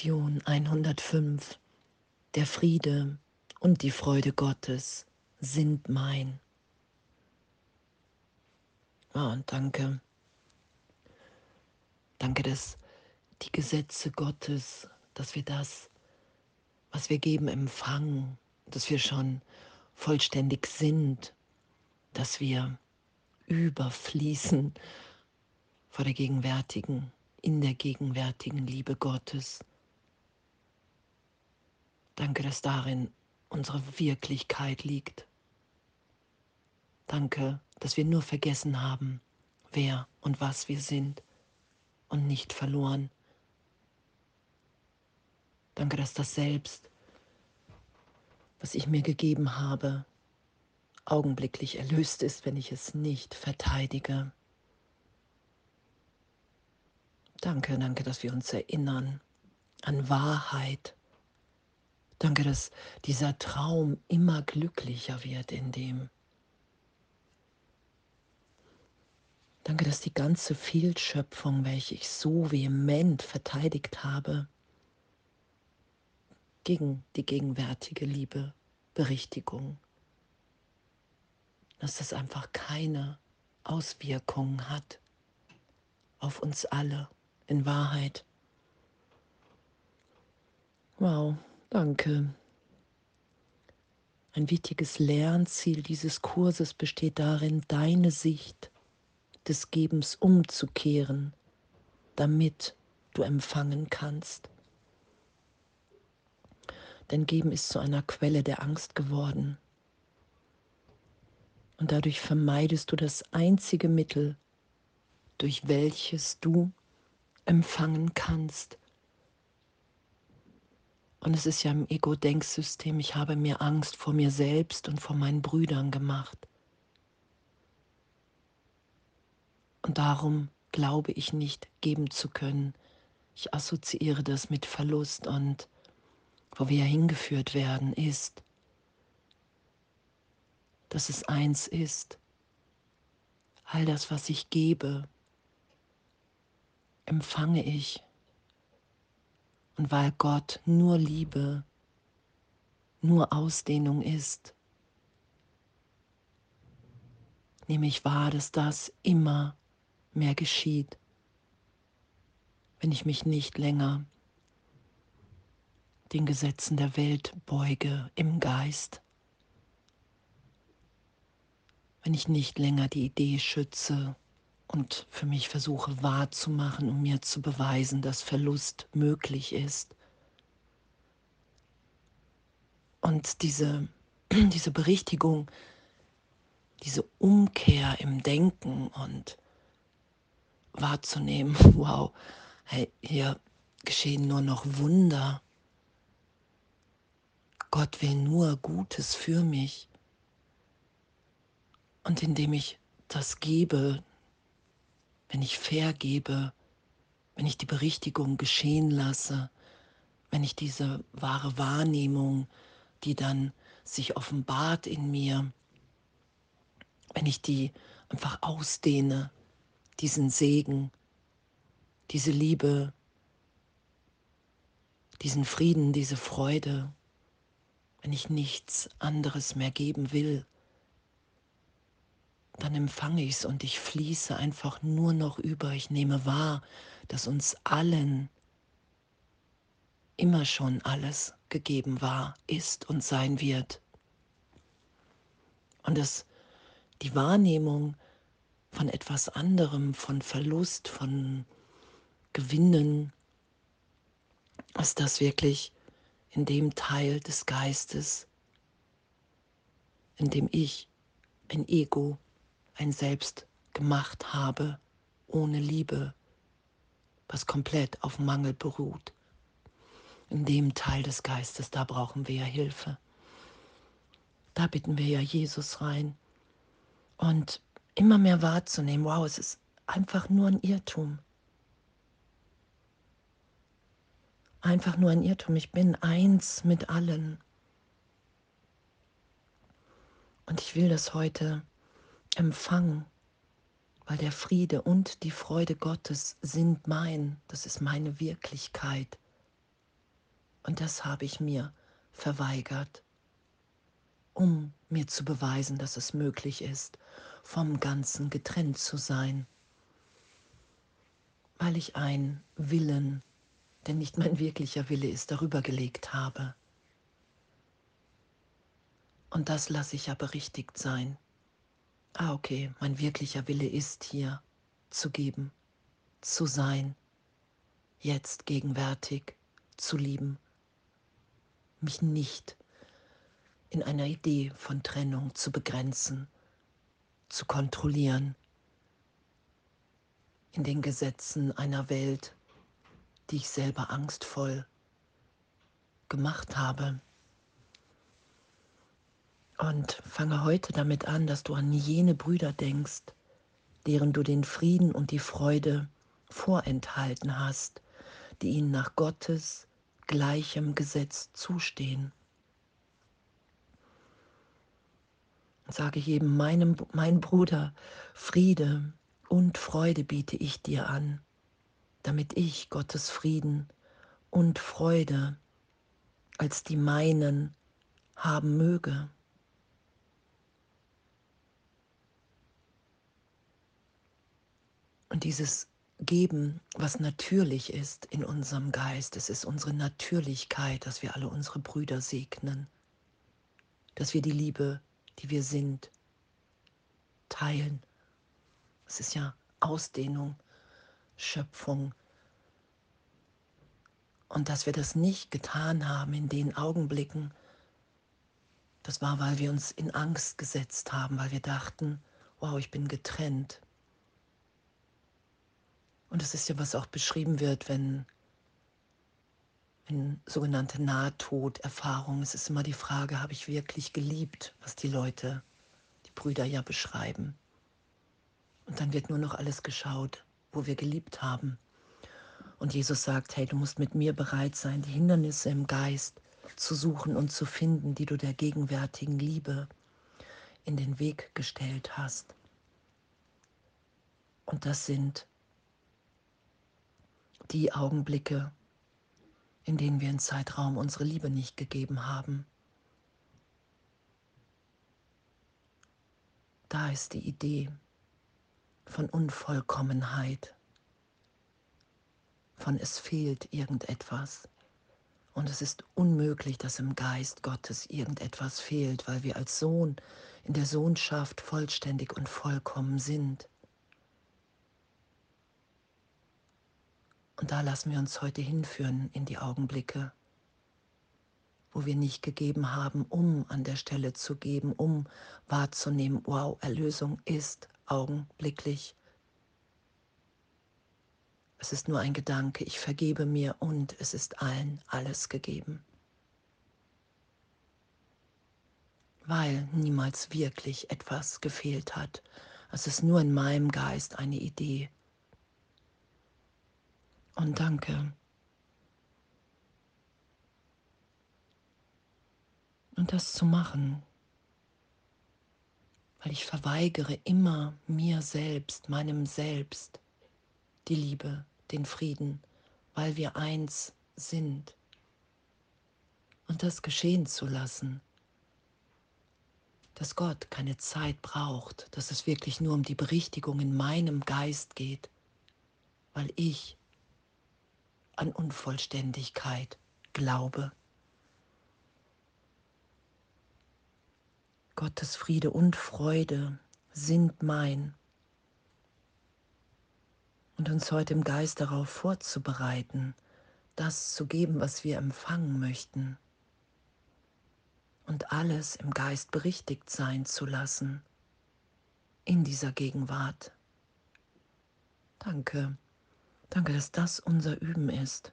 Lektion 105. Der Friede und die Freude Gottes sind mein. Und danke. Danke, dass die Gesetze Gottes, dass wir das, was wir geben, empfangen, dass wir schon vollständig sind, dass wir überfließen vor der gegenwärtigen, in der gegenwärtigen Liebe Gottes. Danke, dass darin unsere Wirklichkeit liegt. Danke, dass wir nur vergessen haben, wer und was wir sind und nicht verloren. Danke, dass das Selbst, was ich mir gegeben habe, augenblicklich erlöst ist, wenn ich es nicht verteidige. Danke, danke, dass wir uns erinnern an Wahrheit. Danke, dass dieser Traum immer glücklicher wird in dem. Danke, dass die ganze Fehlschöpfung, welche ich so vehement verteidigt habe, gegen die gegenwärtige Liebe, Berichtigung, dass das einfach keine Auswirkungen hat auf uns alle in Wahrheit. Wow, danke. Ein wichtiges Lernziel dieses Kurses besteht darin, deine Sicht des Gebens umzukehren, damit du empfangen kannst. Denn Geben ist zu einer Quelle der Angst geworden. Und dadurch vermeidest du das einzige Mittel, durch welches du empfangen kannst. Und es ist ja im Ego-Denksystem, ich habe mir Angst vor mir selbst und vor meinen Brüdern gemacht. Und darum glaube ich nicht geben zu können. Ich assoziiere das mit Verlust und wo wir hingeführt werden, ist, dass es eins ist. All das, was ich gebe, empfange ich. Und weil Gott nur Liebe, nur Ausdehnung ist, nehme ich wahr, dass das immer mehr geschieht, wenn ich mich nicht länger den Gesetzen der Welt beuge im Geist, wenn ich nicht länger die Idee schütze und für mich versuche wahrzumachen, um mir zu beweisen, dass Verlust möglich ist. Und diese Berichtigung, diese Umkehr im Denken und wahrzunehmen, wow, hey, hier geschehen nur noch Wunder. Gott will nur Gutes für mich. Und indem ich das gebe, wenn ich vergebe, wenn ich die Berichtigung geschehen lasse, wenn ich diese wahre Wahrnehmung, die dann sich offenbart in mir, wenn ich die einfach ausdehne, diesen Segen, diese Liebe, diesen Frieden, diese Freude, wenn ich nichts anderes mehr geben will, dann empfange ich es und ich fließe einfach nur noch über. Ich nehme wahr, dass uns allen immer schon alles gegeben war, ist und sein wird. Und dass die Wahrnehmung von etwas anderem, von Verlust, von Gewinnen, dass das wirklich in dem Teil des Geistes, in dem ich ein Ego, ein Selbst gemacht habe, ohne Liebe, was komplett auf Mangel beruht. In dem Teil des Geistes, da brauchen wir ja Hilfe. Da bitten wir ja Jesus rein. Und immer mehr wahrzunehmen, wow, es ist einfach nur ein Irrtum. Einfach nur ein Irrtum. Ich bin eins mit allen. Und ich will das heute empfangen, weil der Friede und die Freude Gottes sind mein. Das ist meine Wirklichkeit. Und das habe ich mir verweigert, um mir zu beweisen, dass es möglich ist, vom Ganzen getrennt zu sein, weil ich einen Willen, der nicht mein wirklicher Wille ist, darüber gelegt habe. Und das lasse ich ja berichtigt sein. Ah, okay, mein wirklicher Wille ist hier zu geben, zu sein, jetzt gegenwärtig, zu lieben, mich nicht in einer Idee von Trennung zu begrenzen, zu kontrollieren, in den Gesetzen einer Welt, die ich selber angstvoll gemacht habe. Und fange heute damit an, dass du an jene Brüder denkst, deren du den Frieden und die Freude vorenthalten hast, die ihnen nach Gottes gleichem Gesetz zustehen. Sage jedem, mein Bruder, Friede und Freude biete ich dir an, damit ich Gottes Frieden und Freude als die meinen haben möge. Und dieses Geben, was natürlich ist in unserem Geist, es ist unsere Natürlichkeit, dass wir alle unsere Brüder segnen, dass wir die Liebe, die wir sind, teilen. Es ist ja Ausdehnung, Schöpfung. Und dass wir das nicht getan haben in den Augenblicken, das war, weil wir uns in Angst gesetzt haben, weil wir dachten, wow, ich bin getrennt. Und es ist ja, was auch beschrieben wird, wenn sogenannte Nahtoderfahrungen, es ist immer die Frage, habe ich wirklich geliebt, was die Leute, die Brüder ja beschreiben. Und dann wird nur noch alles geschaut, wo wir geliebt haben. Und Jesus sagt, hey, du musst mit mir bereit sein, die Hindernisse im Geist zu suchen und zu finden, die du der gegenwärtigen Liebe in den Weg gestellt hast. Und das sind die Augenblicke, in denen wir in Zeitraum unsere Liebe nicht gegeben haben. Da ist die Idee von Unvollkommenheit, von es fehlt irgendetwas. Und es ist unmöglich, dass im Geist Gottes irgendetwas fehlt, weil wir als Sohn in der Sohnschaft vollständig und vollkommen sind. Und da lassen wir uns heute hinführen in die Augenblicke, wo wir nicht gegeben haben, um an der Stelle zu geben, um wahrzunehmen, wow, Erlösung ist augenblicklich. Es ist nur ein Gedanke, ich vergebe mir und es ist allen alles gegeben. Weil niemals wirklich etwas gefehlt hat. Es ist nur in meinem Geist eine Idee. Und danke. Und das zu machen, weil ich verweigere immer mir selbst, meinem Selbst, die Liebe, den Frieden, weil wir eins sind. Und das geschehen zu lassen, dass Gott keine Zeit braucht, dass es wirklich nur um die Berichtigung in meinem Geist geht, weil ich an Unvollständigkeit glaube. Gottes Friede und Freude sind mein. Und uns heute im Geist darauf vorzubereiten, das zu geben, was wir empfangen möchten. Und alles im Geist berichtigt sein zu lassen, in dieser Gegenwart. Danke. Danke, dass das unser Üben ist.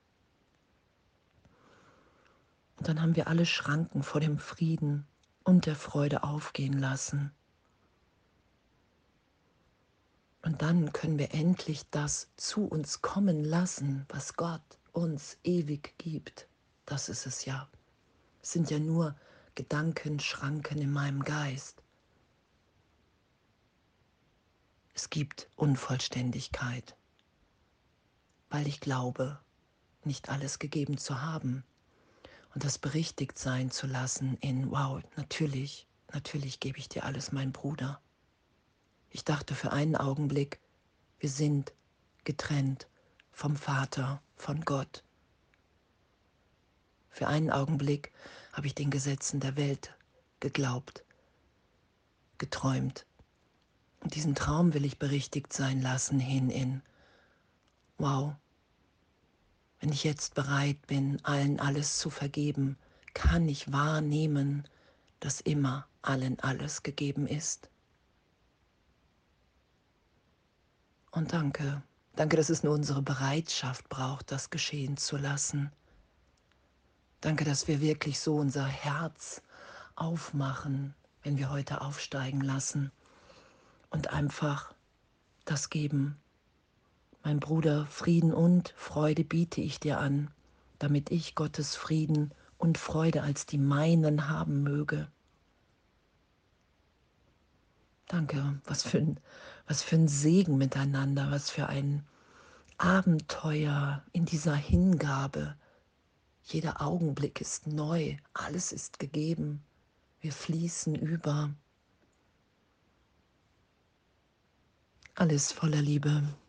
Und dann haben wir alle Schranken vor dem Frieden und der Freude aufgehen lassen. Und dann können wir endlich das zu uns kommen lassen, was Gott uns ewig gibt. Das ist es ja. Es sind ja nur Gedankenschranken in meinem Geist. Es gibt Unvollständigkeit, weil ich glaube, nicht alles gegeben zu haben. und das berichtigt sein zu lassen in, wow, natürlich, natürlich gebe ich dir alles, mein Bruder. Ich dachte für einen Augenblick, wir sind getrennt vom Vater, von Gott. Für einen Augenblick habe ich den Gesetzen der Welt geglaubt, geträumt. Und diesen Traum will ich berichtigt sein lassen hin in, wow, wenn ich jetzt bereit bin, allen alles zu vergeben, kann ich wahrnehmen, dass immer allen alles gegeben ist. Und danke, danke, dass es nur unsere Bereitschaft braucht, das geschehen zu lassen. Danke, dass wir wirklich so unser Herz aufmachen, wenn wir heute aufsteigen lassen und einfach das geben. Mein Bruder, Frieden und Freude biete ich dir an, damit ich Gottes Frieden und Freude als die meinen haben möge. Danke, was für ein Segen miteinander, was für ein Abenteuer in dieser Hingabe. Jeder Augenblick ist neu, alles ist gegeben. Wir fließen über. Alles voller Liebe.